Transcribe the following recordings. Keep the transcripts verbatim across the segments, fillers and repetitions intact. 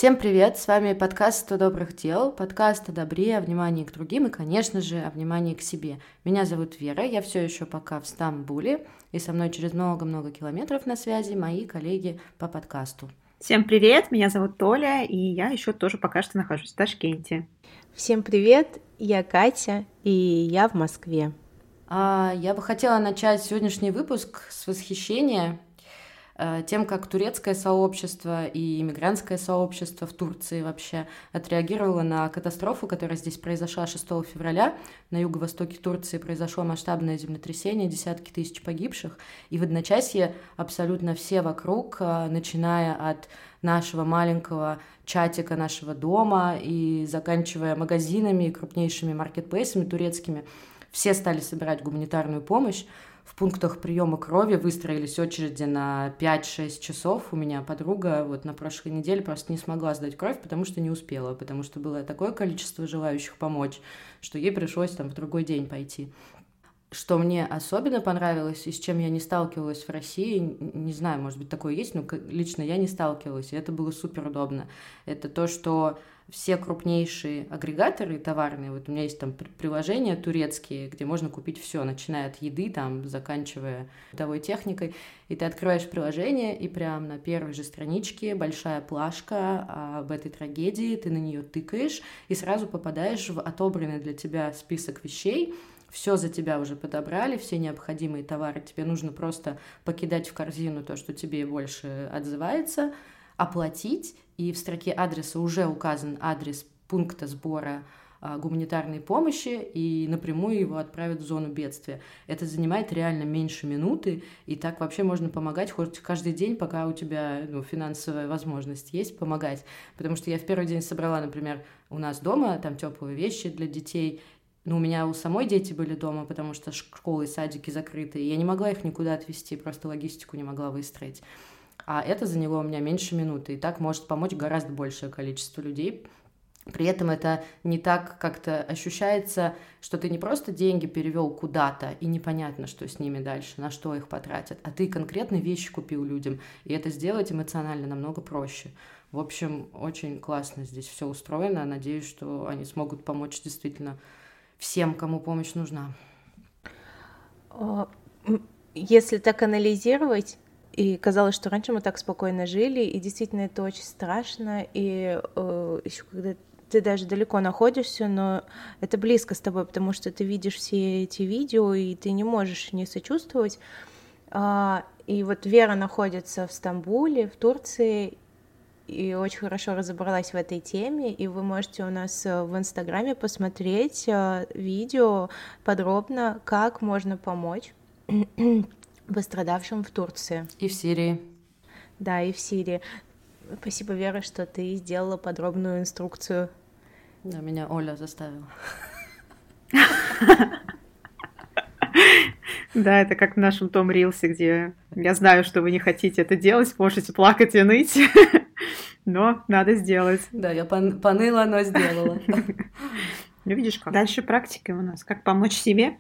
Всем привет, с вами подкаст «сто добрых дел», подкаст о добре, о внимании к другим и, конечно же, о внимании к себе. Меня зовут Вера, я все еще пока в Стамбуле, и со мной через много-много километров на связи мои коллеги по подкасту. Всем привет, меня зовут Толя, и я еще тоже пока что нахожусь в Ташкенте. Всем привет, я Катя, и я в Москве. А, я бы хотела начать сегодняшний выпуск с восхищения тем, как турецкое сообщество и иммигрантское сообщество в Турции вообще отреагировало на катастрофу, которая здесь произошла шестого февраля. На юго-востоке Турции произошло масштабное землетрясение, десятки тысяч погибших, и в одночасье абсолютно все вокруг, начиная от нашего маленького чатика нашего дома и заканчивая магазинами и крупнейшими маркетплейсами турецкими, все стали собирать гуманитарную помощь. В пунктах приема крови выстроились очереди на пять-шесть часов. У меня подруга вот на прошлой неделе просто не смогла сдать кровь, потому что не успела, потому что было такое количество желающих помочь, что ей пришлось там в другой день пойти. Что мне особенно понравилось и с чем я не сталкивалась в России, не знаю, может быть, такое есть, но лично я не сталкивалась, и это было супер удобно. Это то, что все крупнейшие агрегаторы товарные, вот у меня есть там приложения турецкие, где можно купить все, начиная от еды, там, заканчивая бытовой техникой, и ты открываешь приложение, и прям на первой же страничке большая плашка об этой трагедии, ты на нее тыкаешь, и сразу попадаешь в отобранный для тебя список вещей. Все за тебя уже подобрали, все необходимые товары. Тебе нужно просто покидать в корзину то, что тебе больше отзывается, оплатить, и в строке адреса уже указан адрес пункта сбора а, гуманитарной помощи, и напрямую его отправят в зону бедствия. Это занимает реально меньше минуты, и так вообще можно помогать хоть каждый день, пока у тебя ну, финансовая возможность есть помогать. Потому что я в первый день собрала, например, у нас дома там теплые вещи для детей. Ну, у меня у самой дети были дома, потому что школы и садики закрыты, и я не могла их никуда отвезти, просто логистику не могла выстроить. А это заняло у меня меньше минуты, и так может помочь гораздо большее количество людей. При этом это не так как-то ощущается, что ты не просто деньги перевел куда-то, и непонятно, что с ними дальше, на что их потратят, а ты конкретно вещи купил людям, и это сделать эмоционально намного проще. В общем, очень классно здесь все устроено, надеюсь, что они смогут помочь действительно всем, кому помощь нужна. Если так анализировать, и казалось, что раньше мы так спокойно жили, и действительно это очень страшно, и э, еще когда ты даже далеко находишься, но это близко с тобой, потому что ты видишь все эти видео, и ты не можешь не сочувствовать. А, и вот Вера находится в Стамбуле, в Турции, и очень хорошо разобралась в этой теме, и вы можете у нас в Инстаграме посмотреть видео подробно, как можно помочь пострадавшим в Турции. И в Сирии. Да, и в Сирии. Спасибо, Вера, что ты сделала подробную инструкцию. Да, меня Оля заставила. Да, это как в нашем Том Рилсе, где я знаю, что вы не хотите это делать, можете плакать и ныть, но надо сделать. Да, я пон- поныла, но сделала. Ну, видишь, как дальше практика у нас. Как помочь себе?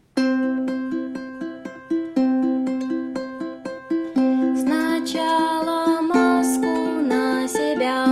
Сначала маску на себя.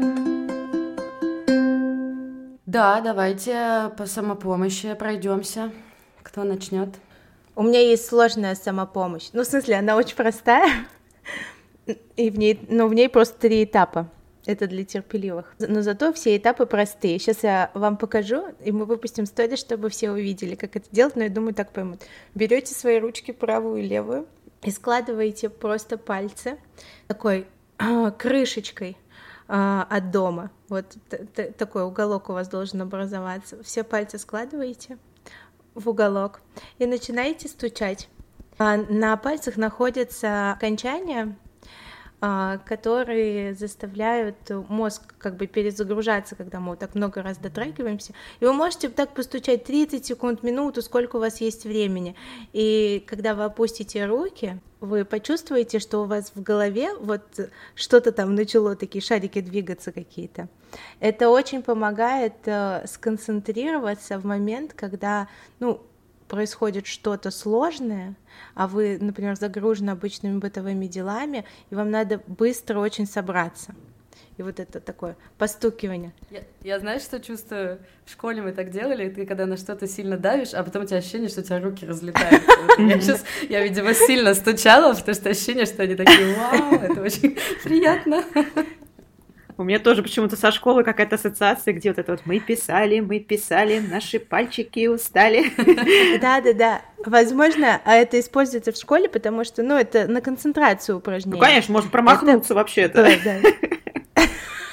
Да, давайте по самопомощи пройдемся. Кто начнет? У меня есть сложная самопомощь. Ну, в смысле, она очень простая, и в ней, ну, в ней просто три этапа. Это для терпеливых. Но зато все этапы простые. Сейчас я вам покажу, и мы выпустим сторис, чтобы все увидели, как это делать, но я думаю, так поймут. Берете свои ручки правую и левую и складываете просто пальцы такой э, крышечкой э, от дома. Вот т- т- такой уголок у вас должен образоваться. Все пальцы складываете в уголок и начинаете стучать. На пальцах находятся окончания, которые заставляют мозг как бы перезагружаться, когда мы вот так много раз дотрагиваемся. И вы можете так постучать тридцать секунд, минуту, сколько у вас есть времени. И когда вы опустите руки, вы почувствуете, что у вас в голове вот что-то там начало, такие шарики двигаться какие-то. Это очень помогает сконцентрироваться в момент, когда, ну, происходит что-то сложное, а вы, например, загружены обычными бытовыми делами, и вам надо быстро очень собраться. и вот это такое постукивание. Я, я знаешь, что чувствую? В школе мы так делали, ты когда на что-то сильно давишь, а потом у тебя ощущение, что у тебя руки разлетаются. Вот я сейчас, я, видимо, сильно стучала, потому что ощущение, что они такие, вау, это очень приятно. У меня тоже почему-то со школы какая-то ассоциация, где вот это вот мы писали, мы писали, наши пальчики устали. Да-да-да. Возможно, это используется в школе, потому что, ну, это на концентрацию упражнение. Ну, конечно, можно промахнуться вообще-то. Да, да.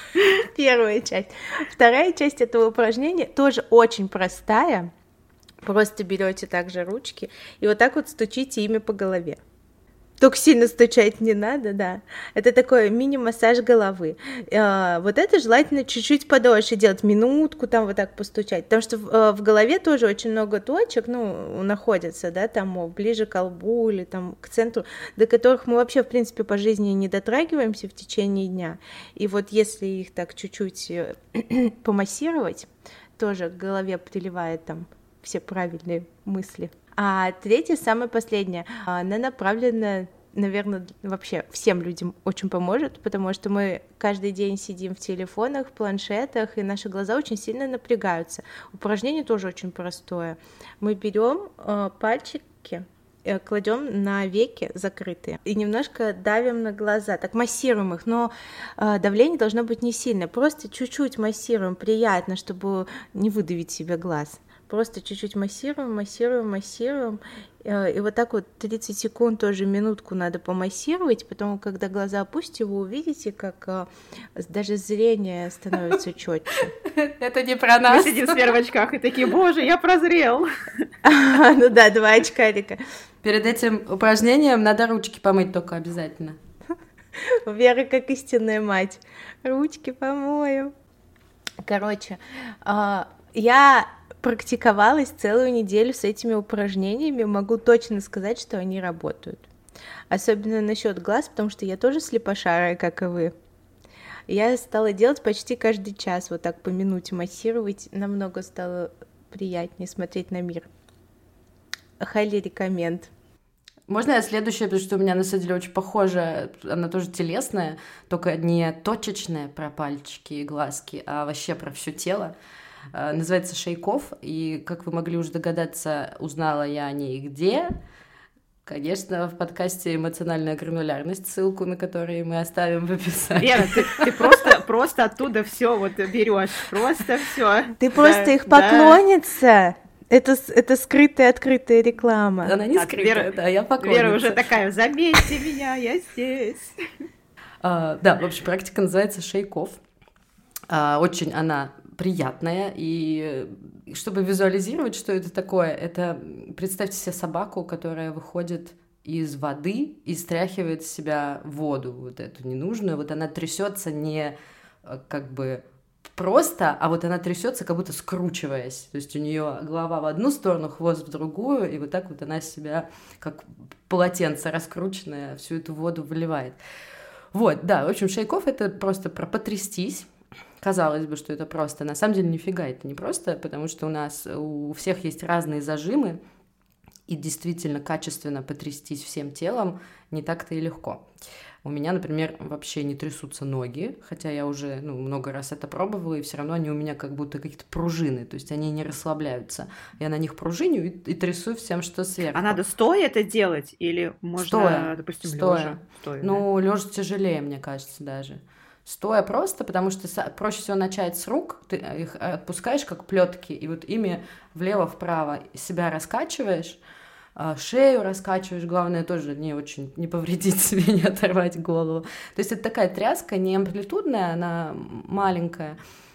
Первая часть. Вторая часть этого упражнения тоже очень простая. Просто берете также ручки и вот так вот стучите ими по голове. Только сильно стучать не надо, да. Это такой мини-массаж головы. Вот это желательно чуть-чуть подольше делать, минутку там вот так постучать, потому что в, в голове тоже очень много точек, ну, находятся, да, там ближе к лбу или там к центру, до которых мы вообще, в принципе, по жизни не дотрагиваемся в течение дня. И вот если их так чуть-чуть помассировать, тоже к голове приливает там все правильные мысли. А третья, самая последняя, она направлена, наверное, вообще всем людям очень поможет, потому что мы каждый день сидим в телефонах, в планшетах, и наши глаза очень сильно напрягаются. Упражнение тоже очень простое. Мы берем пальчики, кладем на веки закрытые и немножко давим на глаза, так массируем их, но давление должно быть не сильное, просто чуть-чуть массируем, приятно, чтобы не выдавить себе глаз. Просто чуть-чуть массируем, массируем, массируем. И вот так вот тридцать секунд, тоже минутку надо помассировать. Потом, когда глаза опустите, вы увидите, как даже зрение становится четче. Это не про нас. Мы сидим в первых очках и такие, боже, я прозрел. Ну да, два очкарика. Перед этим упражнением надо ручки помыть только обязательно. Вера как истинная мать. Ручки помою. Короче, я... практиковалась целую неделю с этими упражнениями, могу точно сказать, что они работают. Особенно насчет глаз, потому что я тоже слепошарая, как и вы. Я стала делать почти каждый час, вот так по минуте массировать, намного стало приятнее смотреть на мир. Highly recommend. Можно я следующее, потому что у меня на самом деле очень похоже, она тоже телесная, только не точечная про пальчики и глазки, а вообще про все тело. Называется Шейков, и, как вы могли уже догадаться, узнала я о ней где. Конечно, в подкасте «Эмоциональная гранулярность», ссылку на который мы оставим в описании. Лена, ты, ты просто, просто оттуда все вот берешь, просто все. Ты просто да, их поклонница. Да. Это, это скрытая, открытая реклама. Она не скрытая, Вера, да, я поклонница. Вера уже такая, заметьте меня, я здесь. А, да, в общем, практика называется Шейков. А, очень она... приятная, и чтобы визуализировать, что это такое, это представьте себе собаку, которая выходит из воды и стряхивает с себя воду, вот эту ненужную, вот она трясется не как бы просто, а вот она трясется, как будто скручиваясь, то есть у нее голова в одну сторону, хвост в другую, и вот так вот она себя, как полотенце раскрученное, всю эту воду выливает. Вот, да, в общем, Шейков — это просто про потрястись. Казалось бы, что это просто. На самом деле нифига это не просто, потому что у нас у всех есть разные зажимы, и действительно качественно потрястись всем телом не так-то и легко. У меня, например, вообще не трясутся ноги, хотя я уже ну, много раз это пробовала, и все равно они у меня как будто какие-то пружины, то есть они не расслабляются. Я на них пружиню и, и трясу всем, что сверху. А надо стоя это делать или можно, стоя. допустим, стоя. лежа? Стоя, ну, да? лежа тяжелее, мне кажется, даже. Стоя просто, потому что проще всего начать с рук, ты их отпускаешь как плетки, и вот ими влево-вправо себя раскачиваешь, шею раскачиваешь, главное тоже не очень, не повредить себе, не оторвать голову. То есть это такая тряска не амплитудная, она маленькая.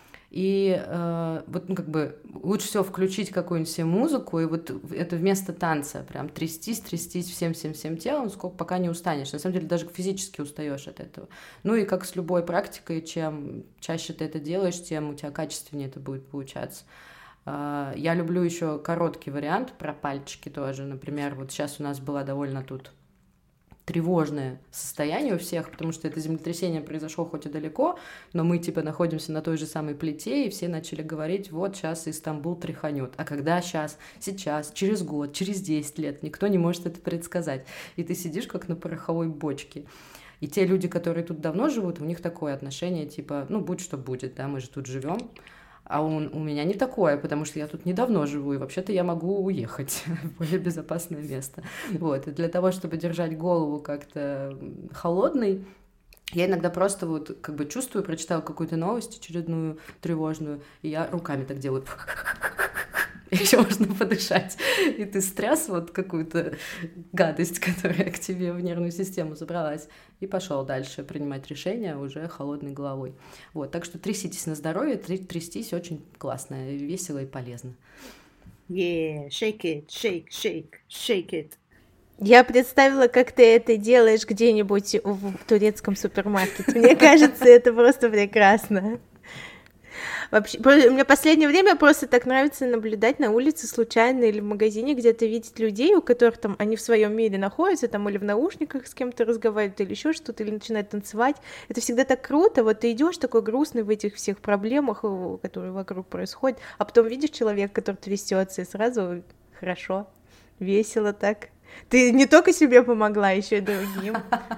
И э, вот ну, как бы лучше всего включить какую-нибудь себе музыку, и вот это вместо танца прям трястись, трястись всем-всем-всем телом, сколько пока не устанешь. На самом деле даже физически устаешь от этого. Ну и как с любой практикой, чем чаще ты это делаешь, тем у тебя качественнее это будет получаться. Э, я люблю еще короткий вариант про пальчики тоже. Например, вот сейчас у нас была довольно тут тревожное состояние у всех, потому что это землетрясение произошло хоть и далеко, но мы типа находимся на той же самой плите, и все начали говорить, вот сейчас Истамбул тряханет. А когда сейчас, сейчас, через год, через десять лет, никто не может это предсказать. И ты сидишь как на пороховой бочке. И те люди, которые тут давно живут, у них такое отношение, типа, ну, будь что будет, да, мы же тут живем. А он, у меня не такое, потому что я тут недавно живу, и вообще-то я могу уехать в более безопасное место. Вот. И для того, чтобы держать голову как-то холодной, я иногда просто вот как бы чувствую, прочитала какую-то новость очередную, тревожную, и я руками так делаю. Еще можно подышать. И ты стряс вот какую-то гадость, которая к тебе в нервную систему забралась, и пошел дальше принимать решения уже холодной головой. Вот, так что тряситесь на здоровье, трястись очень классно, весело и полезно. Yeah, shake it, shake, shake, shake it. Я представила, как ты это делаешь где-нибудь в турецком супермаркете. Мне кажется, это просто прекрасно. Вообще, мне в последнее время просто так нравится наблюдать на улице случайно или в магазине где-то видеть людей, у которых там они в своем мире находятся, там или в наушниках с кем-то разговаривают, или еще что-то, или начинают танцевать. Это всегда так круто. Вот ты идешь такой грустный в этих всех проблемах, которые вокруг происходят, а потом видишь человека, который трясется, и сразу хорошо, весело так. Ты не только себе помогла, еще и другим.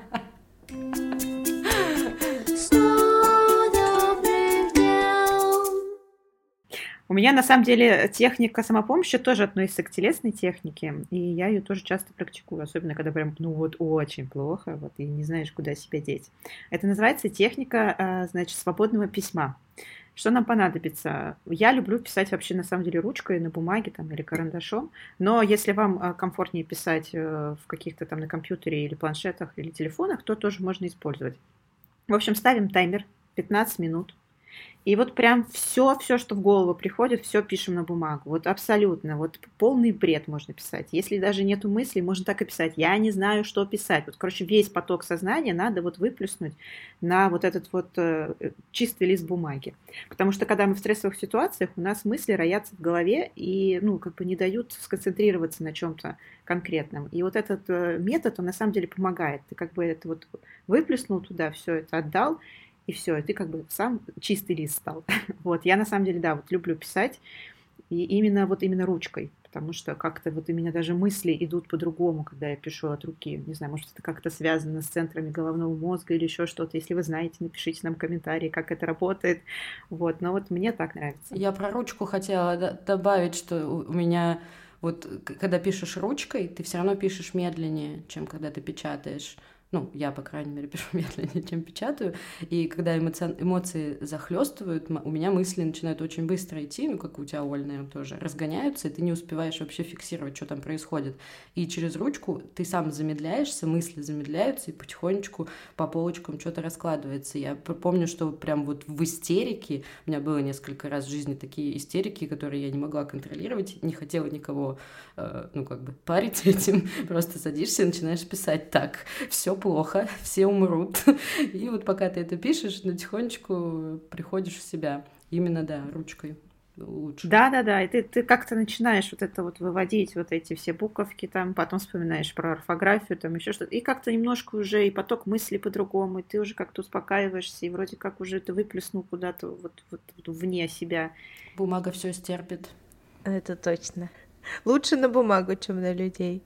У меня, на самом деле, техника самопомощи тоже относится к телесной технике, и я ее тоже часто практикую, особенно когда прям, ну вот, очень плохо, вот, и не знаешь, куда себя деть. Это называется техника, значит, свободного письма. Что нам понадобится? Я люблю писать вообще, на самом деле, ручкой на бумаге там, или карандашом, но если вам комфортнее писать в каких-то там на компьютере или планшетах или телефонах, то тоже можно использовать. В общем, ставим таймер пятнадцать минут. И вот прям все, все, что в голову приходит, все пишем на бумагу. Вот абсолютно, вот полный бред можно писать. Если даже нету мыслей, можно так и писать. Я не знаю, что писать. Вот, короче, весь поток сознания надо вот выплеснуть на вот этот вот э, чистый лист бумаги. Потому что когда мы в стрессовых ситуациях, у нас мысли роятся в голове и, ну, как бы не дают сконцентрироваться на чем-то конкретном. И вот этот э, метод, он на самом деле помогает. Ты как бы это вот выплеснул туда, все это отдал, и все, и ты как бы сам чистый лист стал. Вот, я на самом деле, да, вот люблю писать, и именно вот именно ручкой, потому что как-то вот у меня даже мысли идут по-другому, когда я пишу от руки. Не знаю, может, это как-то связано с центрами головного мозга или еще что-то. Если вы знаете, напишите нам комментарии, как это работает. Вот, но вот мне так нравится. Я про ручку хотела добавить, что у меня вот, когда пишешь ручкой, ты все равно пишешь медленнее, чем когда ты печатаешь. Ну, я, по крайней мере, пишу медленнее, чем печатаю. И когда эмоци... эмоции захлестывают, у меня мысли начинают очень быстро идти, ну, как у тебя, Оль, наверное, тоже, разгоняются, и ты не успеваешь вообще фиксировать, что там происходит. И через ручку ты сам замедляешься, мысли замедляются, и потихонечку по полочкам что-то раскладывается. Я помню, что прям вот в истерике, у меня было несколько раз в жизни такие истерики, которые я не могла контролировать, не хотела никого, э, ну, как бы парить этим, просто садишься и начинаешь писать так, все плохо, все умрут. И вот пока ты это пишешь, потихонечку приходишь в себя. Именно, да, ручкой лучше. Да-да-да, и ты, ты как-то начинаешь вот это вот выводить, вот эти все буковки там, потом вспоминаешь про орфографию, там еще что-то, и как-то немножко уже и поток мыслей по-другому, и ты уже как-то успокаиваешься, и вроде как уже ты выплеснул куда-то вот, вот, вот вне себя. Бумага все стерпит. Это точно. Лучше на бумагу, чем на людей.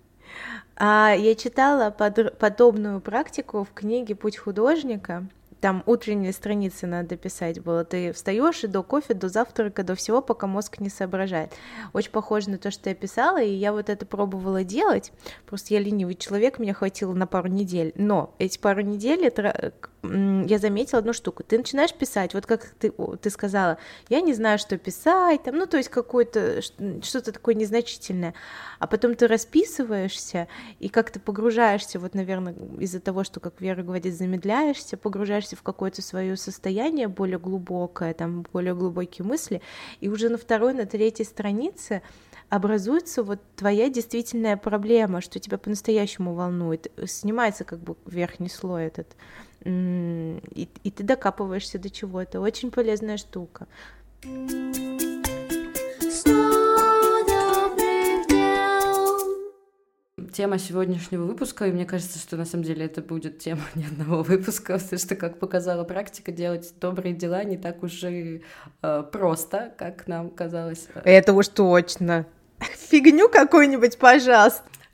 А я читала под, подобную практику в книге «Путь художника». Там утренние страницы надо писать было. Ты встаешь и до кофе, до завтрака, до всего, пока мозг не соображает. Очень похоже на то, что я писала, и я вот это пробовала делать. Просто я ленивый человек, меня хватило на пару недель. Но эти пару недель это, я заметила одну штуку. Ты начинаешь писать, вот как ты, ты сказала, я не знаю, что писать, там, ну, то есть какое-то, что-то такое незначительное. А потом ты расписываешься и как-то погружаешься, вот, наверное, из-за того, что, как Вера говорит, замедляешься, погружаешься в какое-то свое состояние более глубокое, там более глубокие мысли, и уже на второй, на третьей странице образуется вот твоя действительная проблема, что тебя по-настоящему волнует, снимается как бы верхний слой этот, и, и ты докапываешься до чего-то. Очень полезная штука. Тема сегодняшнего выпуска, и мне кажется, что на самом деле это будет тема ни одного выпуска, потому что, как показала практика, делать добрые дела не так уж и э, просто, как нам казалось. Это уж точно. Фигню какую-нибудь, пожалуйста.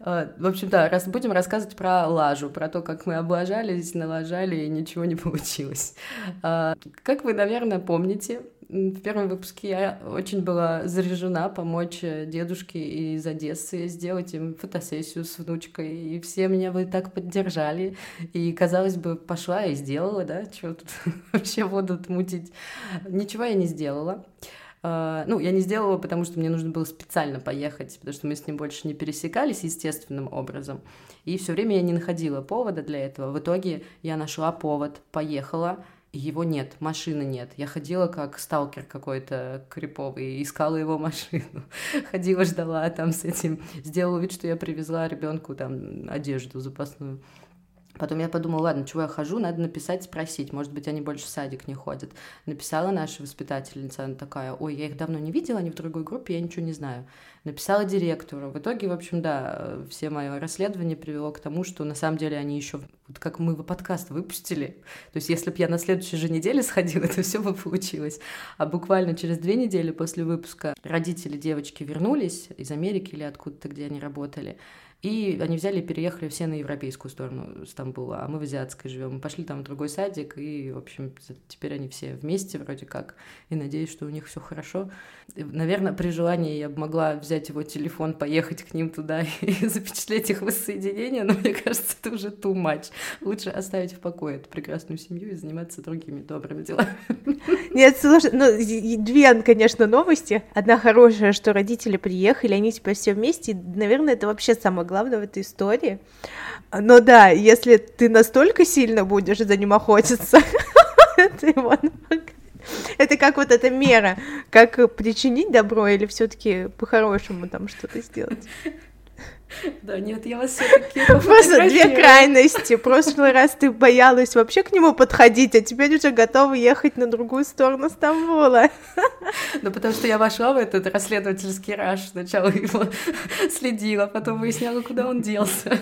А, В общем, да, раз будем рассказывать про лажу, про то, как мы облажались, налажали, и ничего не получилось. А, Как вы, наверное, помните, м, в первом выпуске я очень была заряжена помочь э, дедушке из Одессы, сделать им фотосессию с внучкой, и все меня вы так поддержали, и, казалось бы, пошла и сделала, да, чего тут вообще воду мутить. Ничего я не сделала. А, Ну, я не сделала, потому что мне нужно было специально поехать, потому что мы с ним больше не пересекались естественным образом. И все время я не находила повода для этого. В итоге я нашла повод, поехала, и его нет, машины нет. Я ходила как сталкер какой-то криповый, искала его машину. Ходила, ждала там с этим. Сделала вид, что я привезла ребенку там одежду запасную. Потом я подумала, ладно, чего я хожу, надо написать, спросить, может быть, они больше в садик не ходят. Написала наша воспитательница, она такая, ой, я их давно не видела, они в другой группе, я ничего не знаю. Написала директору. В итоге, в общем, да, все мое расследование привело к тому, что на самом деле они еще, вот как мы подкаст выпустили, то есть если бы я на следующей же неделе сходила, то все бы получилось. А буквально через две недели после выпуска родители девочки вернулись из Америки или откуда-то, где они работали, и они взяли и переехали все на европейскую сторону Стамбула, а мы в азиатской живем. Мы пошли там в другой садик, и, в общем, теперь они все вместе вроде как, и надеюсь, что у них все хорошо. И, наверное, при желании я бы могла взять его телефон, поехать к ним туда и запечатлеть их воссоединение, но мне кажется, это уже too much. Лучше оставить в покое эту прекрасную семью и заниматься другими добрыми делами. Нет, слушай, ну, и- и две, конечно, новости. Одна хорошая, что родители приехали, они теперь все вместе. И, наверное, это вообще самое главное в этой истории. Но да, если ты настолько сильно будешь за ним охотиться, это его напугает. Это как вот эта мера, как причинить добро или все-таки по-хорошему там что-то сделать. Да, нет, я вас все-таки Просто две крайности. В прошлый раз ты боялась вообще к нему подходить, а теперь уже готова ехать на другую сторону Стамбула. Ну, потому что я вошла в этот расследовательский раж, сначала его следила, потом выясняла, куда он делся.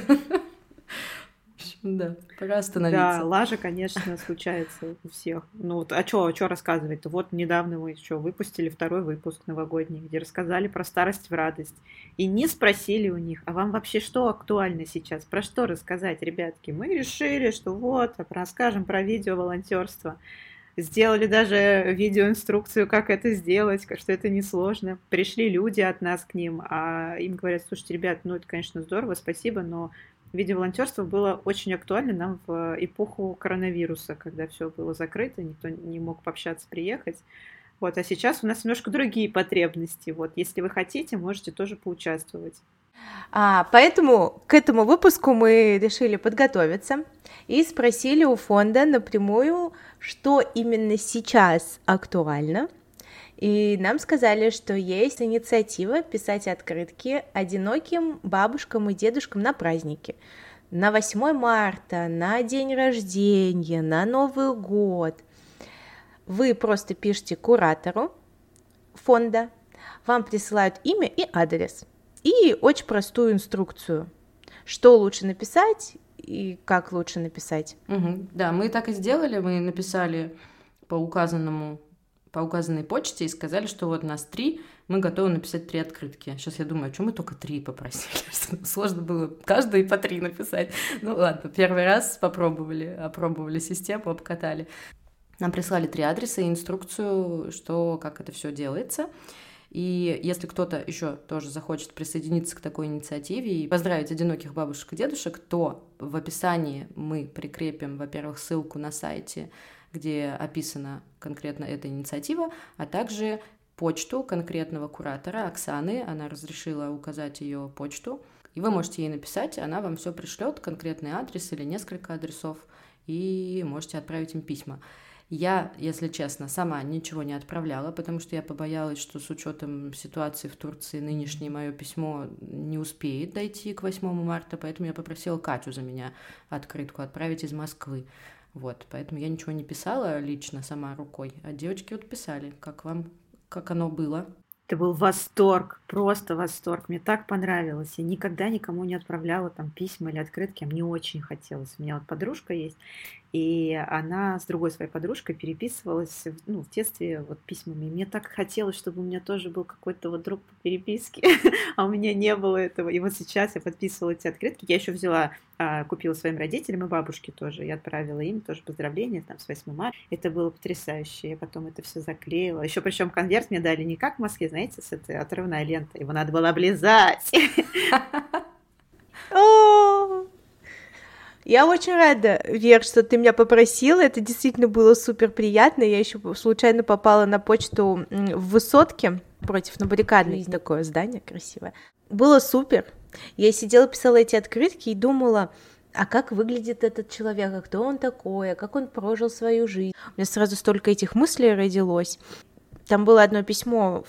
В общем, да, пора Да, остановиться. лажа, конечно, случается у всех. Ну, вот, а что что рассказывать-то? Вот недавно мы еще выпустили второй выпуск новогодний, где рассказали про старость в радость. И не спросили у них, а вам вообще что актуально сейчас? Про что рассказать, ребятки? Мы решили, что вот, расскажем про видео-волонтерство. Сделали даже видеоинструкцию, как это сделать, как- что это несложно. Пришли люди от нас к ним, а им говорят, слушайте, ребят, ну это, конечно, здорово, спасибо, но видеоволонтерство было очень актуально нам в эпоху коронавируса, когда все было закрыто, никто не мог пообщаться, приехать. Вот, а сейчас у нас немножко другие потребности. Вот, если вы хотите, можете тоже поучаствовать. А, поэтому к этому выпуску мы решили подготовиться и спросили у фонда напрямую, что именно сейчас актуально. И нам сказали, что есть инициатива писать открытки одиноким бабушкам и дедушкам на праздники. На восьмое марта, на день рождения, на Новый год. Вы просто пишете куратору фонда, вам присылают имя и адрес. И очень простую инструкцию, что лучше написать и как лучше написать. Мгм. Да, мы так и сделали, мы написали по указанному, по указанной почте и сказали, что вот нас три, мы готовы написать три открытки. Сейчас я думаю, а чем мы только три попросили? Что нам сложно было каждый по три написать. Ну ладно, первый раз попробовали, опробовали систему, обкатали. Нам прислали три адреса и инструкцию, что, как это все делается. И если кто-то еще тоже захочет присоединиться к такой инициативе и поздравить одиноких бабушек и дедушек, то в описании мы прикрепим, во-первых, ссылку на сайте, где описана конкретно эта инициатива, а также почту конкретного куратора Оксаны. Она разрешила указать ее почту. И вы можете ей написать, она вам все пришлет, конкретный адрес или несколько адресов, и можете отправить им письма. Я, если честно, сама ничего не отправляла, потому что я побоялась, что с учетом ситуации в Турции нынешнее мое письмо не успеет дойти к восьмому марта, поэтому я попросила Катю за меня открытку отправить из Москвы. Вот, поэтому я ничего не писала лично сама рукой, а девочки вот писали, как вам, как оно было. Это был восторг, просто восторг. Мне так понравилось. Я никогда никому не отправляла там письма или открытки, а мне очень хотелось. У меня вот подружка есть, И она с другой своей подружкой переписывалась, ну, в детстве вот письмами. И мне так хотелось, чтобы у меня тоже был какой-то вот друг по переписке, а у меня не было этого. И вот сейчас я подписывала эти открытки. Я еще взяла, а, купила своим родителям и бабушке тоже. Я отправила им тоже поздравления там с восьмым марта. Это было потрясающе. Я потом это все заклеила. Еще причем конверт мне дали не как в Москве, знаете, с этой отрывной лентой. Его надо было облизать. О, я очень рада, Вер, что ты меня попросила. Это действительно было супер приятно. Я еще случайно попала на почту м, в Высотке против Новобаррикадной. Есть такое здание красивое. Было супер. Я сидела, писала эти открытки и думала, а как выглядит этот человек, а кто он такой, а как он прожил свою жизнь. У меня сразу столько этих мыслей родилось. Там было одно письмо,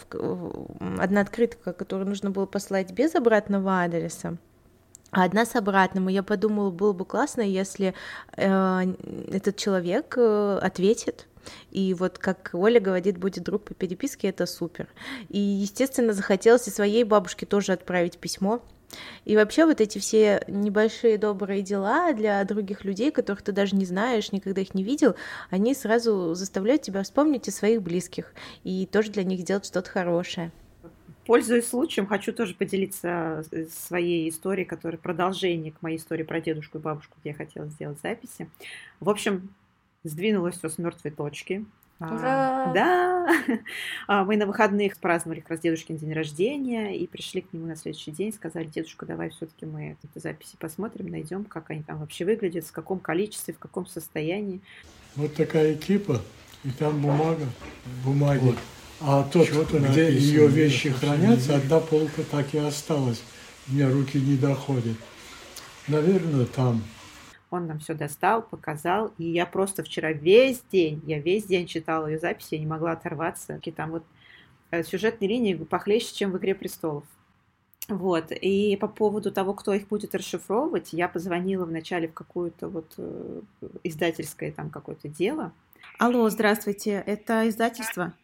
в- одна открытка, которую нужно было послать без обратного адреса, а одна с обратным. И я подумала, было бы классно, если э, этот человек э, ответит. И вот, как Оля говорит, будет друг по переписке, это супер. И, естественно, захотелось и своей бабушке тоже отправить письмо. И вообще вот эти все небольшие добрые дела для других людей, которых ты даже не знаешь, никогда их не видел, они сразу заставляют тебя вспомнить о своих близких и тоже для них сделать что-то хорошее. Пользуясь случаем, хочу тоже поделиться э, своей историей, которая продолжение к моей истории про дедушку и бабушку, где я хотела сделать записи. В общем, сдвинулось все с мертвой точки. А, Ура! да, А, мы на выходных праздновали как раз дедушкин день рождения и пришли к нему на следующий день, сказали: дедушка, давай все-таки мы эти записи посмотрим, найдем, как они там вообще выглядят, в каком количестве, в каком состоянии. Вот такая кипа, и там бумага, бумаги. Вот. А тот, Чё-то где написано, ее да, вещи совсем хранятся, не одна полка так и осталась. У меня руки не доходят. Наверное, там. Он нам все достал, показал, и я просто вчера весь день, я весь день читала ее записи, я не могла оторваться. И там вот э, сюжетные линии похлеще, чем в «Игре престолов». Вот, и по поводу того, кто их будет расшифровывать, я позвонила вначале в какое-то вот э, издательское там какое-то дело. Алло, здравствуйте, это издательство?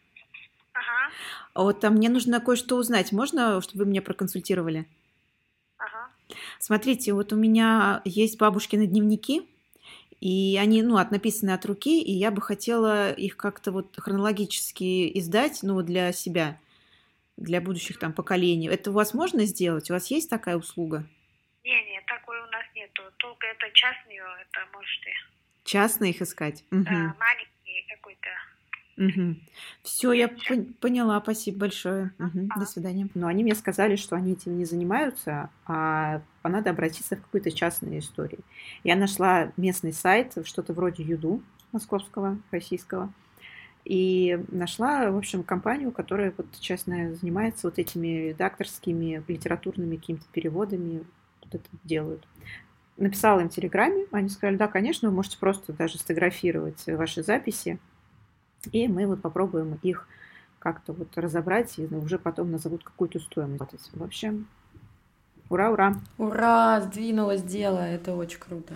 Ага, Вот, а мне нужно кое-что узнать, можно, чтобы вы меня проконсультировали? ага. Смотрите, вот у меня есть бабушкины дневники, и они, ну, от, написаны от руки, и я бы хотела их как-то вот хронологически издать, ну, для себя, для будущих там поколений. Это у вас можно сделать? У вас есть такая услуга? Не-не, такой у нас нету. Только это частную, это можете. Частно их искать? Да, Угу. маленький какой-то. Угу. Все, я пон- поняла, спасибо большое. Мгм, до свидания. Но они мне сказали, что они этим не занимаются, а надо обратиться в какую-то частную историю. Я нашла местный сайт, что-то вроде Юду московского, российского, и нашла, в общем, компанию, которая вот честно занимается вот этими редакторскими, литературными какими-то переводами, вот это делают. Написала им в Телеграме, они сказали: да, конечно, вы можете просто даже сфотографировать ваши записи, и мы вот попробуем их как-то вот разобрать, и уже потом назовут какую-то стоимость. В общем, ура, ура! Ура, сдвинулось дело, это очень круто.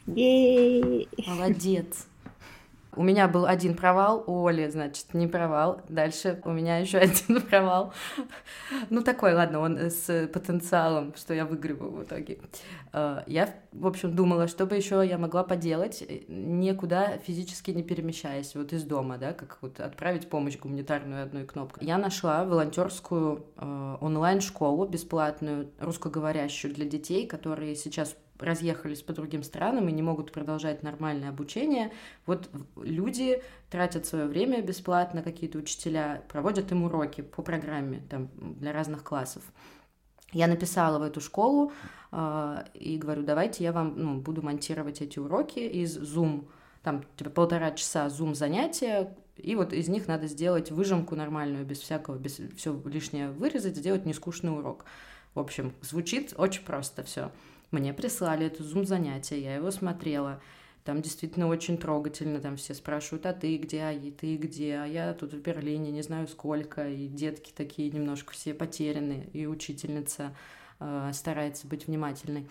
Ей! Молодец. У меня был один провал, у Оли, значит, не провал. Дальше у меня еще один провал. Ну, такой, ладно, он с потенциалом, что я выигрываю в итоге. Э, Я, в общем, думала, что бы еще я могла поделать, э, никуда физически не перемещаясь, вот из дома, да, как вот отправить помощь гуманитарную одной кнопкой. Я нашла волонтерскую э, онлайн-школу бесплатную, русскоговорящую для детей, которые сейчас разъехались по другим странам и не могут продолжать нормальное обучение. Вот люди тратят свое время бесплатно, какие-то учителя проводят им уроки по программе там, для разных классов. Я написала в эту школу э, и говорю: давайте я вам ну, буду монтировать эти уроки из Zoom, там типа полтора часа Zoom занятия, и вот из них надо сделать выжимку нормальную, без всякого, без все лишнее вырезать, сделать нескучный урок. В общем, звучит очень просто все. Мне прислали это Zoom-занятие, я его смотрела. Там действительно очень трогательно, там все спрашивают: а ты где, а ты где, а я тут в Берлине, не знаю сколько, и детки такие немножко все потерянные, и учительница э, старается быть внимательной.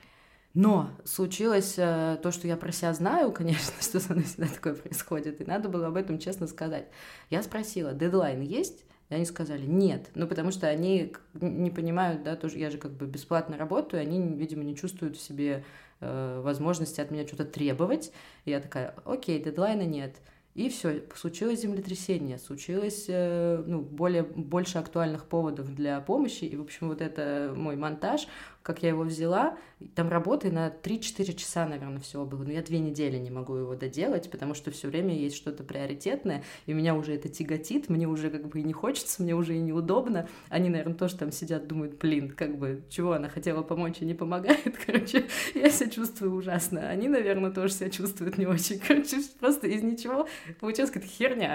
Но случилось э, то, что я про себя знаю, конечно, что со мной всегда такое происходит, и надо было об этом честно сказать. Я спросила: дедлайн есть? И они сказали: нет. Ну, потому что они не понимают, да, тоже я же как бы бесплатно работаю, они, видимо, не чувствуют в себе э, возможности от меня что-то требовать. И я такая, окей, дедлайна нет. И все, случилось землетрясение, случилось э, ну, более, больше актуальных поводов для помощи. И, в общем, вот это мой монтаж, как я его взяла, там работы на три-четыре часа, наверное, всего было. Но я две недели не могу его доделать, потому что все время есть что-то приоритетное, и меня уже это тяготит, мне уже как бы и не хочется, мне уже и неудобно. Они, наверное, тоже там сидят, думают, блин, как бы, чего она хотела помочь и не помогает. Короче, я себя чувствую ужасно. Они, наверное, тоже себя чувствуют не очень. Короче, просто из ничего получилась какая-то херня.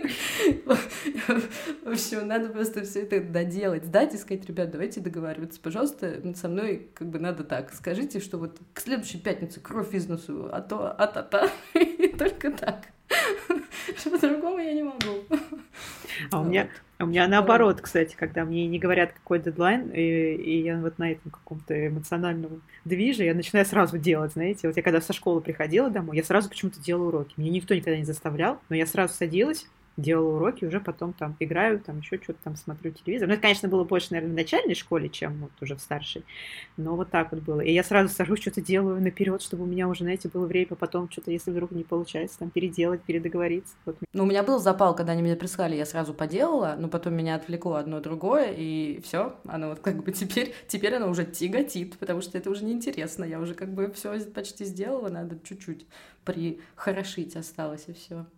В общем, надо просто все это доделать, сдать и сказать, ребят, давайте договариваться, пожалуйста, со мной как бы надо так. Скажите, что вот к следующей пятнице кровь из носу, а то, а-та-та. И только так. По-другому я не могу. А у меня, у меня наоборот, кстати, когда мне не говорят, какой дедлайн, и, и я вот на этом каком-то эмоциональном движе, я начинаю сразу делать, знаете. Вот я когда со школы приходила домой, я сразу почему-то делала уроки. Меня никто никогда не заставлял, но я сразу садилась, делала уроки, уже потом там играю, там еще что-то там смотрю телевизор. Ну, это, конечно, было больше, наверное, в начальной школе, чем вот уже в старшей. Но вот так вот было. И я сразу сажусь, что-то делаю наперед, чтобы у меня уже, знаете, было время потом что-то, если вдруг не получается, там переделать, передоговориться. Вот. Ну, у меня был запал, когда они мне прислали, я сразу поделала, но потом меня отвлекло одно другое, и все, оно вот как бы теперь, теперь оно уже тяготит, потому что это уже неинтересно. Я уже как бы все почти сделала, надо чуть-чуть прихорошить осталось, и все.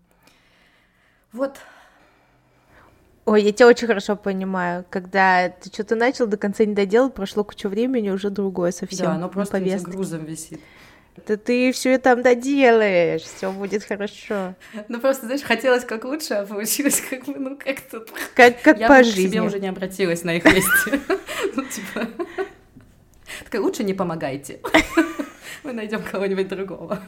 Вот. Ой, я тебя очень хорошо понимаю. Когда ты что-то начал, до конца не доделал, прошло кучу времени, уже другое совсем. Да, оно просто грузом висит. Да ты все там доделаешь, все будет хорошо. Ну просто, знаешь, хотелось как лучше, а получилось как бы, ну как-то... Как, как я по бы жизни. Я к себе уже не обратилась на их месте. Ну типа... Такая, лучше не помогайте. Мы найдем кого-нибудь другого.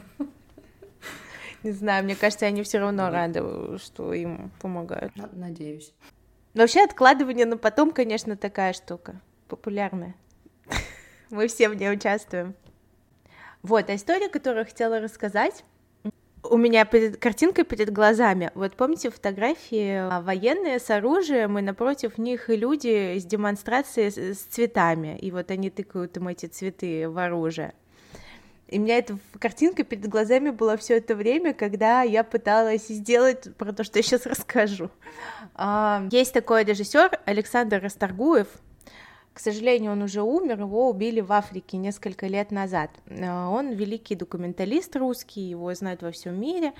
Не знаю, мне кажется, они все равно рады, что им помогают. Надеюсь. Но вообще откладывание на потом, конечно, такая штука популярная. Мы все в ней участвуем. Вот, а история, которую я хотела рассказать, у меня перед, картинка перед глазами. Вот помните фотографии военные с оружием, и напротив них люди с демонстрацией с, с цветами, и вот они тыкают им эти цветы в оружие. И у меня эта картинка перед глазами была все это время, когда я пыталась сделать про то, что я сейчас расскажу. Есть такой режиссер Александр Расторгуев. К сожалению, он уже умер, его убили в Африке несколько лет назад. Он великий документалист русский, его знают во всем мире.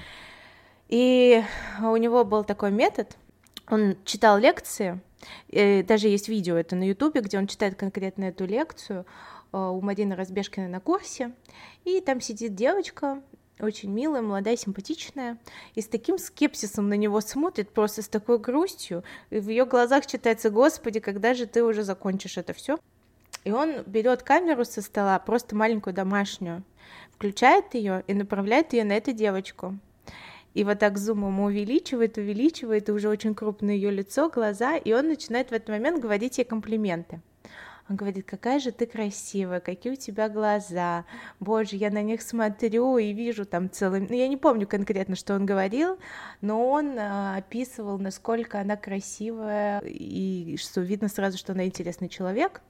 И у него был такой метод. Он читал лекции, даже есть видео это на Ютубе, где он читает конкретно эту лекцию у Марины Разбежкиной на курсе, и там сидит девочка, очень милая, молодая, симпатичная, и с таким скепсисом на него смотрит, просто с такой грустью, и в ее глазах читается: «Господи, когда же ты уже закончишь это все?» И он берет камеру со стола, просто маленькую домашнюю, включает ее и направляет ее на эту девочку. И вот так зумом увеличивает, увеличивает, и уже очень крупное ее лицо, глаза, и он начинает в этот момент говорить ей комплименты. Он говорит: какая же ты красивая, какие у тебя глаза, боже, я на них смотрю и вижу там целый... Ну, я не помню конкретно, что он говорил, но он а, описывал, насколько она красивая, и что видно сразу, что она интересный человек.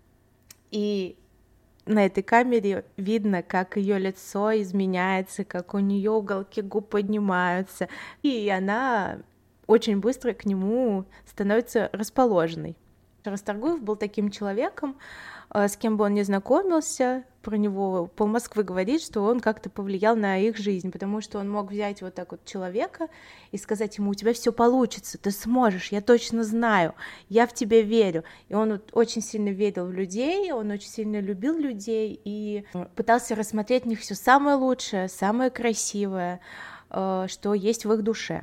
И на этой камере видно, как ее лицо изменяется, как у нее уголки губ поднимаются, и она очень быстро к нему становится расположенной. Расторгуев был таким человеком, с кем бы он ни знакомился, про него полмосквы говорит, что он как-то повлиял на их жизнь, потому что он мог взять вот так вот человека и сказать ему: у тебя все получится, ты сможешь, я точно знаю, я в тебя верю. И он вот очень сильно верил в людей, он очень сильно любил людей и пытался рассмотреть в них все самое лучшее, самое красивое, что есть в их душе.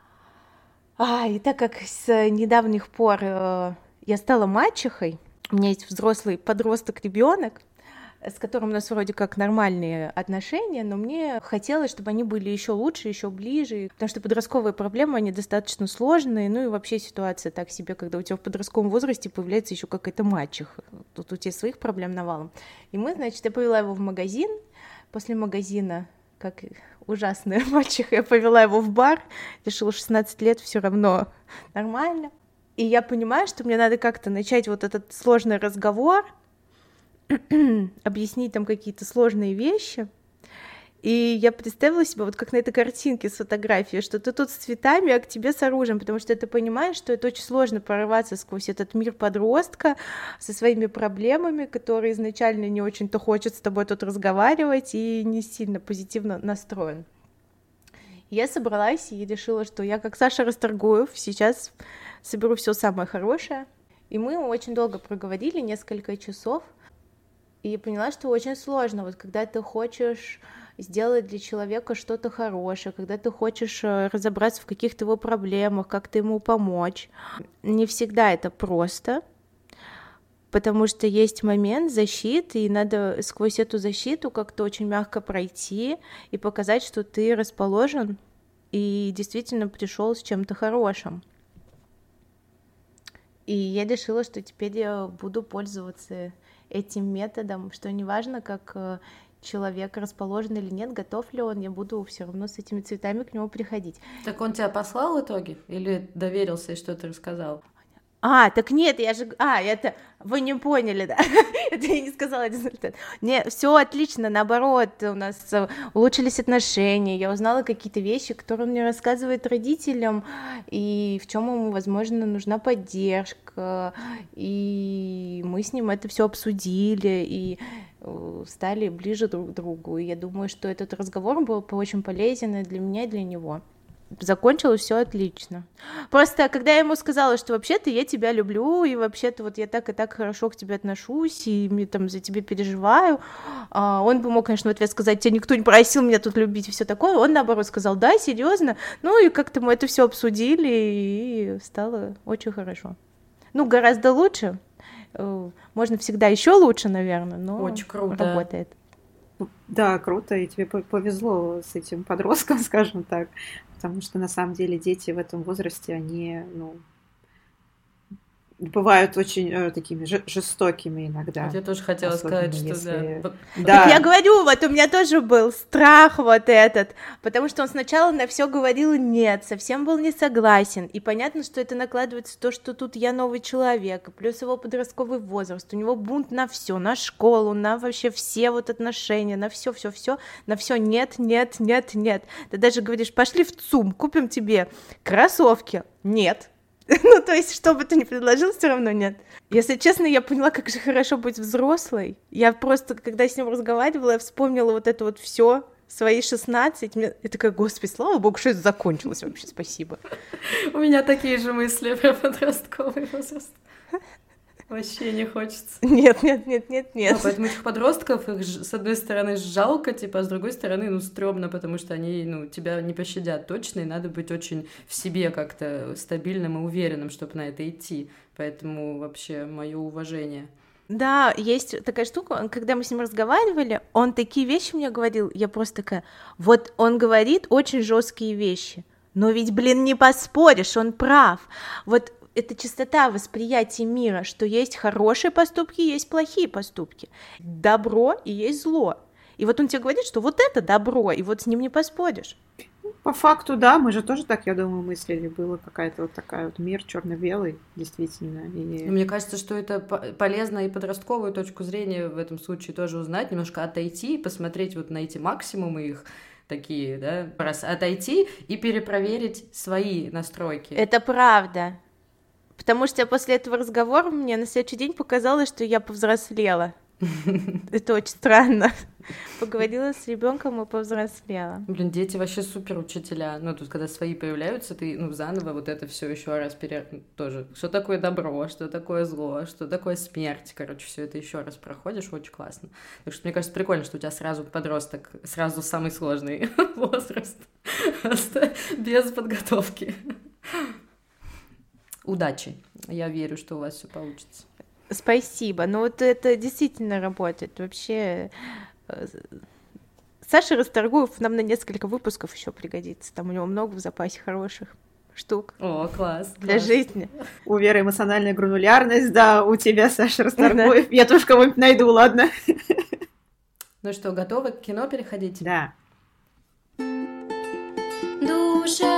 А, и так как с недавних пор я стала мачехой, у меня есть взрослый подросток-ребенок, с которым у нас вроде как нормальные отношения, но мне хотелось, чтобы они были еще лучше, еще ближе, потому что подростковые проблемы, они достаточно сложные, ну и вообще ситуация так себе, когда у тебя в подростковом возрасте появляется еще какая-то мачеха, тут у тебя своих проблем навалом. И мы, значит, я повела его в магазин, после магазина, как ужасная мачеха, я повела его в бар, решила: шестнадцать лет, все равно нормально. И я понимаю, что мне надо как-то начать вот этот сложный разговор, объяснить там какие-то сложные вещи. И я представила себе, вот как на этой картинке с фотографией, что ты тут с цветами, а к тебе с оружием, потому что ты понимаешь, что это очень сложно прорваться сквозь этот мир подростка со своими проблемами, который изначально не очень-то хочет с тобой тут разговаривать и не сильно позитивно настроен. Я собралась и решила, что я, как Саша Расторгуев, сейчас соберу все самое хорошее. И мы очень долго проговорили, несколько часов, и поняла, что очень сложно, вот когда ты хочешь сделать для человека что-то хорошее, когда ты хочешь разобраться в каких-то его проблемах, как-то ему помочь. Не всегда это просто, потому что есть момент защиты, и надо сквозь эту защиту как-то очень мягко пройти и показать, что ты расположен и действительно пришел с чем-то хорошим. И я решила, что теперь я буду пользоваться этим методом, что неважно, как человек расположен или нет, готов ли он, я буду все равно с этими цветами к нему приходить. Так он тебя послал в итоге? Или доверился и что-то рассказал? А, так нет, я же... А, это... Вы не поняли, да? Это я не сказала результат. Не, все отлично, наоборот, у нас улучшились отношения, я узнала какие-то вещи, которые он мне рассказывает родителям, и в чем ему, возможно, нужна поддержка, и мы с ним это все обсудили, и стали ближе друг к другу, и я думаю, что этот разговор был очень полезен и для меня, и для него. Закончилось все отлично. Просто когда я ему сказала, что вообще-то я тебя люблю, и вообще-то вот я так и так хорошо к тебе отношусь, и мне там за тебя переживаю, он бы мог, конечно, в ответ сказать: тебя никто не просил меня тут любить и все такое. Он, наоборот, сказал: да, серьезно. Ну и как-то мы это все обсудили, и стало очень хорошо. Ну, гораздо лучше. Можно всегда еще лучше, наверное, но очень круто. Работает. Да, круто, и тебе повезло с этим подростком, скажем так, потому что на самом деле дети в этом возрасте, они, ну, бывают очень э, такими жестокими иногда. Вот я тоже хотела сказать, что если... да. Да. Так я говорю, вот у меня тоже был страх вот этот, потому что он сначала на все говорил нет, совсем был не согласен, и понятно, что это накладывается то, что тут я новый человек, плюс его подростковый возраст, у него бунт на все, на школу, на вообще все вот отношения, на все, все, все, на все нет, нет, нет, нет. Ты даже говоришь: пошли в ЦУМ, купим тебе кроссовки. Нет. Ну, то есть, что бы ты ни предложил, все равно нет. Если честно, я поняла, как же хорошо быть взрослой. Я просто, когда с ним разговаривала, я вспомнила вот это вот все свои шестнадцать. Я такая: господи, слава богу, что это закончилось вообще, спасибо. У меня такие же мысли про подростковый возраст. Вообще не хочется. Нет, нет, нет, нет, нет. А поэтому этих подростков, их с одной стороны жалко, типа, а с другой стороны, ну, стрёмно, потому что они, ну, тебя не пощадят точно, и надо быть очень в себе как-то стабильным и уверенным, чтобы на это идти. Поэтому вообще мое уважение. Да, есть такая штука, когда мы с ним разговаривали, он такие вещи мне говорил, я просто такая: вот он говорит очень жесткие вещи, но ведь, блин, не поспоришь, он прав. Вот это чистота восприятия мира, что есть хорошие поступки, есть плохие поступки, добро и есть зло. И вот он тебе говорит, что вот это добро, и вот с ним не поспоришь. По факту, да, мы же тоже так, я думаю, мыслили. Была какая-то вот такая вот мир черно-белый, действительно. И... Мне кажется, что это полезно и подростковую точку зрения в этом случае тоже узнать, немножко отойти, посмотреть вот на эти максимумы их, такие, да, раз отойти и перепроверить свои настройки. Это правда. Потому что после этого разговора мне на следующий день показалось, что я повзрослела. Это очень странно. Поговорила с ребенком и повзрослела. Блин, дети вообще супер учителя. Ну, тут, когда свои появляются, ты, ну, заново вот это все еще раз пере... тоже. Что такое добро, что такое зло, что такое смерть. Короче, все это еще раз проходишь, очень классно. Так что, мне кажется, прикольно, что у тебя сразу подросток, сразу самый сложный возраст. Без подготовки. Удачи. Я верю, что у вас все получится. Спасибо. Ну вот это действительно работает. Вообще Саша Расторгуев нам на несколько выпусков еще пригодится. Там у него много в запасе хороших штук. О, класс. Для класс. жизни. У Веры эмоциональная гранулярность, да, у тебя, Саша Расторгуев. Я тоже кого-нибудь найду, ладно? Ну что, готовы к кино переходить? Да.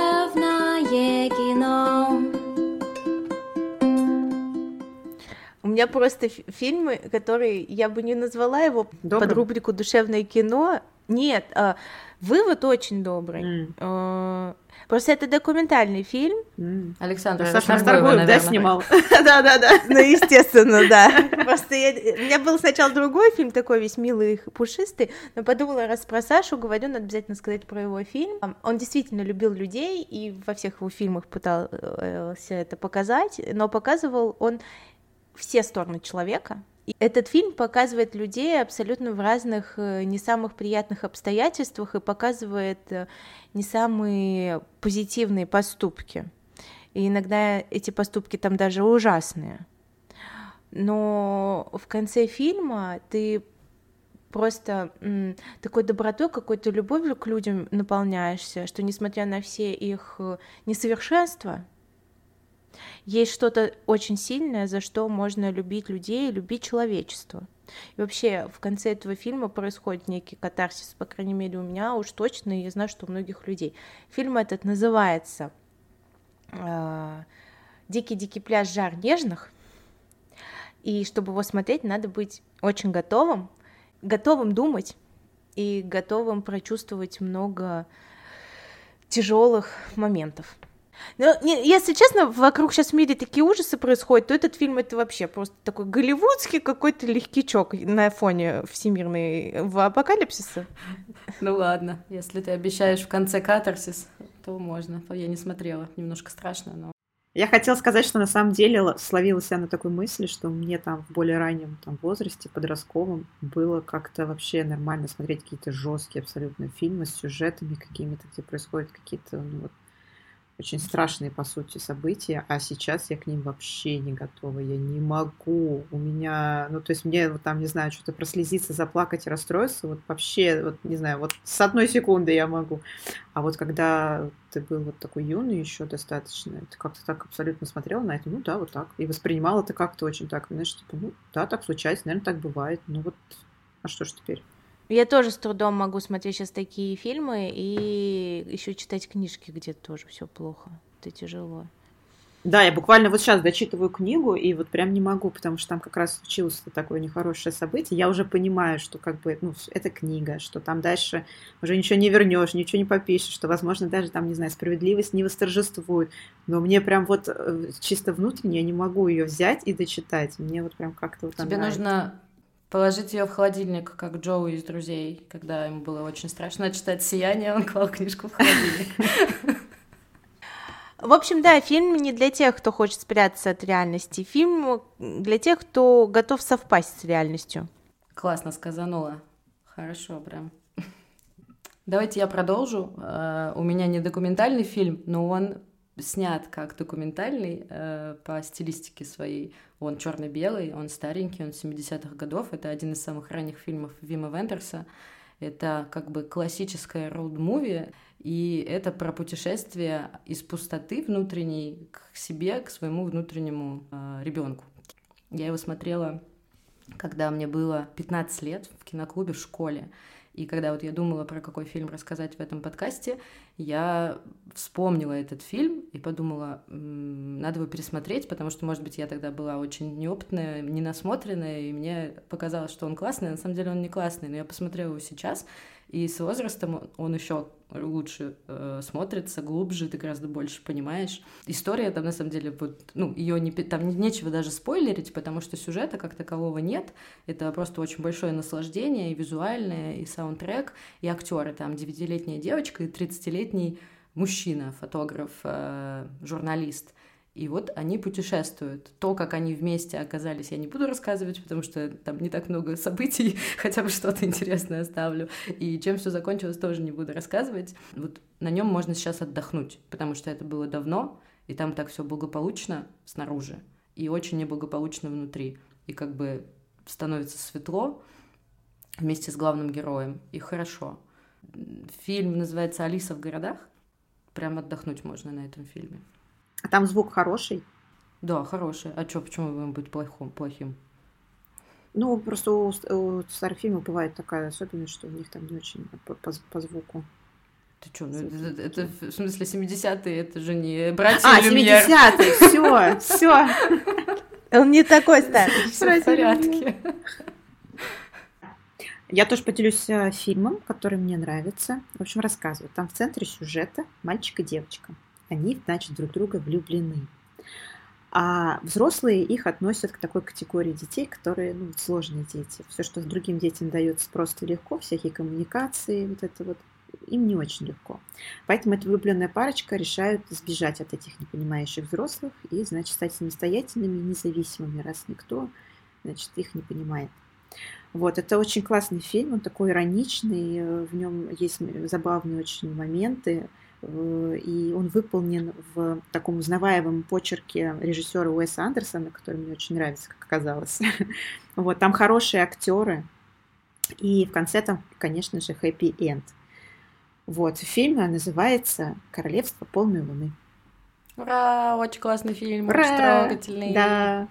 Душевное кино. У меня просто фи- фильмы, которые я бы не назвала его Добрым? под рубрику «Душевное кино». Нет, а, вывод очень добрый. М. А, просто это документальный фильм. М. Александр Саша Расторгуева, Расторгуев, да, наверное. снимал? Да-да-да. Ну, естественно, да. Просто я... у меня был сначала другой фильм, такой весь милый и пушистый, но подумала, раз про Сашу говорю, надо обязательно сказать про его фильм. Он действительно любил людей и во всех его фильмах пытался это показать, но показывал он все стороны человека. И этот фильм показывает людей абсолютно в разных, э, не самых приятных обстоятельствах и показывает э, не самые позитивные поступки. И иногда эти поступки там даже ужасные. Но в конце фильма ты просто м, такой добротой, какой-то любовью к людям наполняешься, что несмотря на все их э, несовершенства, есть что-то очень сильное, за что можно любить людей и любить человечество. И вообще в конце этого фильма происходит некий катарсис, по крайней мере у меня уж точно, и я знаю, что у многих людей. Фильм этот называется э, «Дикий-дикий пляж. Жар нежных». И чтобы его смотреть, надо быть очень готовым, готовым думать и готовым прочувствовать много тяжелых моментов. Но, не, если честно, вокруг сейчас в мире такие ужасы происходят, то этот фильм это вообще просто такой голливудский какой-то легкичок на фоне всемирного апокалипсиса. Ну ладно, если ты обещаешь в конце катарсис, то можно. Я не смотрела, немножко страшно, но... Я хотела сказать, что на самом деле л- словила себя на такой мысли, что мне там в более раннем там, возрасте, подростковом, было как-то вообще нормально смотреть какие-то жесткие абсолютно фильмы с сюжетами какими-то, где происходят какие-то ну, вот, очень страшные, по сути, события, а сейчас я к ним вообще не готова, я не могу, у меня, ну, то есть мне, вот там, не знаю, что-то прослезиться, заплакать и расстроиться, вот вообще, вот, не знаю, вот с одной секунды я могу, а вот когда ты был вот такой юный еще достаточно, ты как-то так абсолютно смотрела на это, ну, да, вот так, и воспринимала это как-то очень так, знаешь, типа, ну, да, так случается, наверное, так бывает, ну, вот, а что ж теперь? Я тоже с трудом могу смотреть сейчас такие фильмы и еще читать книжки, где тоже все плохо, это тяжело. Да, я буквально вот сейчас дочитываю книгу, и вот прям не могу, потому что там как раз случилось такое нехорошее событие. Я уже понимаю, что как бы, ну, это книга, что там дальше уже ничего не вернешь, ничего не попишешь, что, возможно, даже там, не знаю, справедливость не восторжествует. Но мне прям вот э, чисто внутренне я не могу ее взять и дочитать. Мне вот прям как-то вот Тебе нравится. нужно положить ее в холодильник, как Джоуи из «Друзей», когда ему было очень страшно читать «Сияние», он клал книжку в холодильник. В общем, да, фильм не для тех, кто хочет спрятаться от реальности, фильм для тех, кто готов совпасть с реальностью. Классно сказанула. Хорошо прям. Давайте я продолжу. Э, У меня не документальный фильм, но он снят как документальный э, по стилистике своей. Он черно-белый, он старенький, он семидесятых годов. Это один из самых ранних фильмов Вима Вендерса. Это как бы классическое роуд-муви, и это про путешествие из пустоты внутренней к себе, к своему внутреннему э, ребенку. Я его смотрела, когда мне было пятнадцать лет, в киноклубе в школе. И когда вот я думала, про какой фильм рассказать в этом подкасте, я вспомнила этот фильм и подумала, м, надо его пересмотреть, потому что, может быть, я тогда была очень неопытная, ненасмотренная, и мне показалось, что он классный, а на самом деле он не классный. Но я посмотрела его сейчас, и с возрастом он еще лучше э, смотрится, глубже, ты гораздо больше понимаешь. История там, на самом деле, вот, ну, ее не, там нечего даже спойлерить, потому что сюжета как такового нет. Это просто очень большое наслаждение, и визуальное, и саундтрек, и актеры. Там девятилетняя девочка и тридцатилетний мужчина, фотограф, э, журналист. И вот они путешествуют. То, как они вместе оказались, я не буду рассказывать, потому что там не так много событий, хотя бы что-то интересное оставлю. И чем все закончилось, тоже не буду рассказывать. Вот на нем можно сейчас отдохнуть, потому что это было давно, и там так все благополучно снаружи, и очень неблагополучно внутри. И как бы становится светло вместе с главным героем, и хорошо. Фильм называется «Алиса в городах». Прям отдохнуть можно на этом фильме. А там звук хороший? Да, хороший. А что, почему он будет плохим? плохим? Ну, просто у, у старых фильмов бывает такая особенность, что у них там не очень по, по, по звуку. Ты что, ну, это, это в смысле семидесятые, это же не братья А, Люмьер. семидесятые, все, все. Он не такой старый. Все в порядке. Я тоже поделюсь э, фильмом, который мне нравится. В общем, рассказываю. Там в центре сюжета мальчик и девочка. Они, значит, друг в друга влюблены. А взрослые их относят к такой категории детей, которые, ну, сложные дети. Все, что другим детям дается просто и легко, всякие коммуникации, вот это вот, им не очень легко. Поэтому эта влюбленная парочка решают сбежать от этих непонимающих взрослых и, значит, стать самостоятельными и независимыми, раз никто, значит, их не понимает. Вот, это очень классный фильм, он такой ироничный, э, в нем есть м- забавные очень моменты, э, и он выполнен в таком узнаваемом почерке режиссера Уэса Андерсона, который мне очень нравится, как оказалось. Вот, там хорошие актеры, и в конце там, конечно же, хэппи-энд. Вот, фильм называется «Королевство полной луны». Ура! Очень классный фильм, очень Ура! трогательный. Да,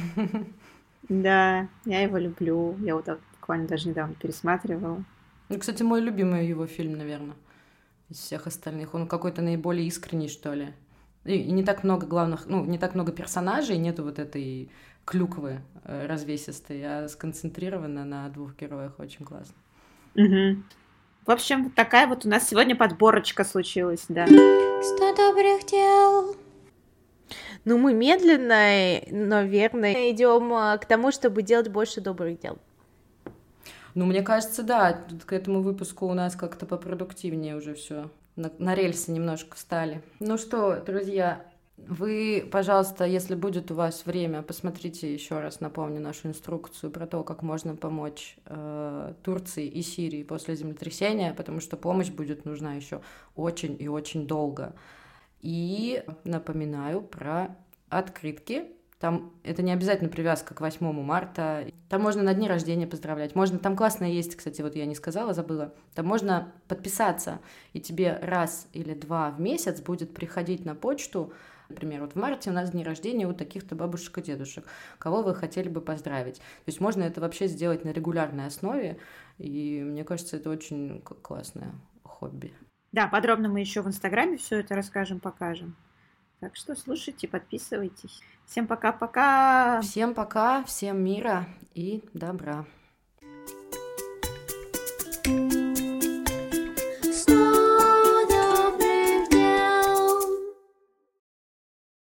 да, я его люблю. Я вот так буквально даже недавно пересматривала. Ну, кстати, мой любимый его фильм, наверное, из всех остальных. Он какой-то наиболее искренний, что ли. И, и не так много главных, ну, не так много персонажей, нету вот этой клюквы э, развесистой, а сконцентрировано на двух героях. Очень классно. Мгм. В общем, вот такая вот у нас сегодня подборочка случилась, да. Сто добрых дел. Ну, мы медленно, но верно идем а, к тому, чтобы делать больше добрых дел. Ну, мне кажется, да, тут к этому выпуску у нас как-то попродуктивнее уже все. На, на рельсы немножко встали. Ну что, друзья, вы, пожалуйста, если будет у вас время, посмотрите еще раз, напомню, нашу инструкцию про то, как можно помочь э, Турции и Сирии после землетрясения, потому что помощь будет нужна еще очень и очень долго. И напоминаю про открытки. Там это не обязательно привязка к восьмому марта. Там можно на дни рождения поздравлять. Можно, там классно есть, кстати, вот я не сказала, забыла. Там можно подписаться, и тебе раз или два в месяц будет приходить на почту. Например, вот в марте у нас дни рождения у таких-то бабушек и дедушек, кого вы хотели бы поздравить. То есть можно это вообще сделать на регулярной основе, и мне кажется, это очень к- классное хобби. Да, подробно мы еще в Инстаграме все это расскажем, покажем. Так что слушайте, подписывайтесь. Всем пока-пока. Всем пока, всем мира и добра.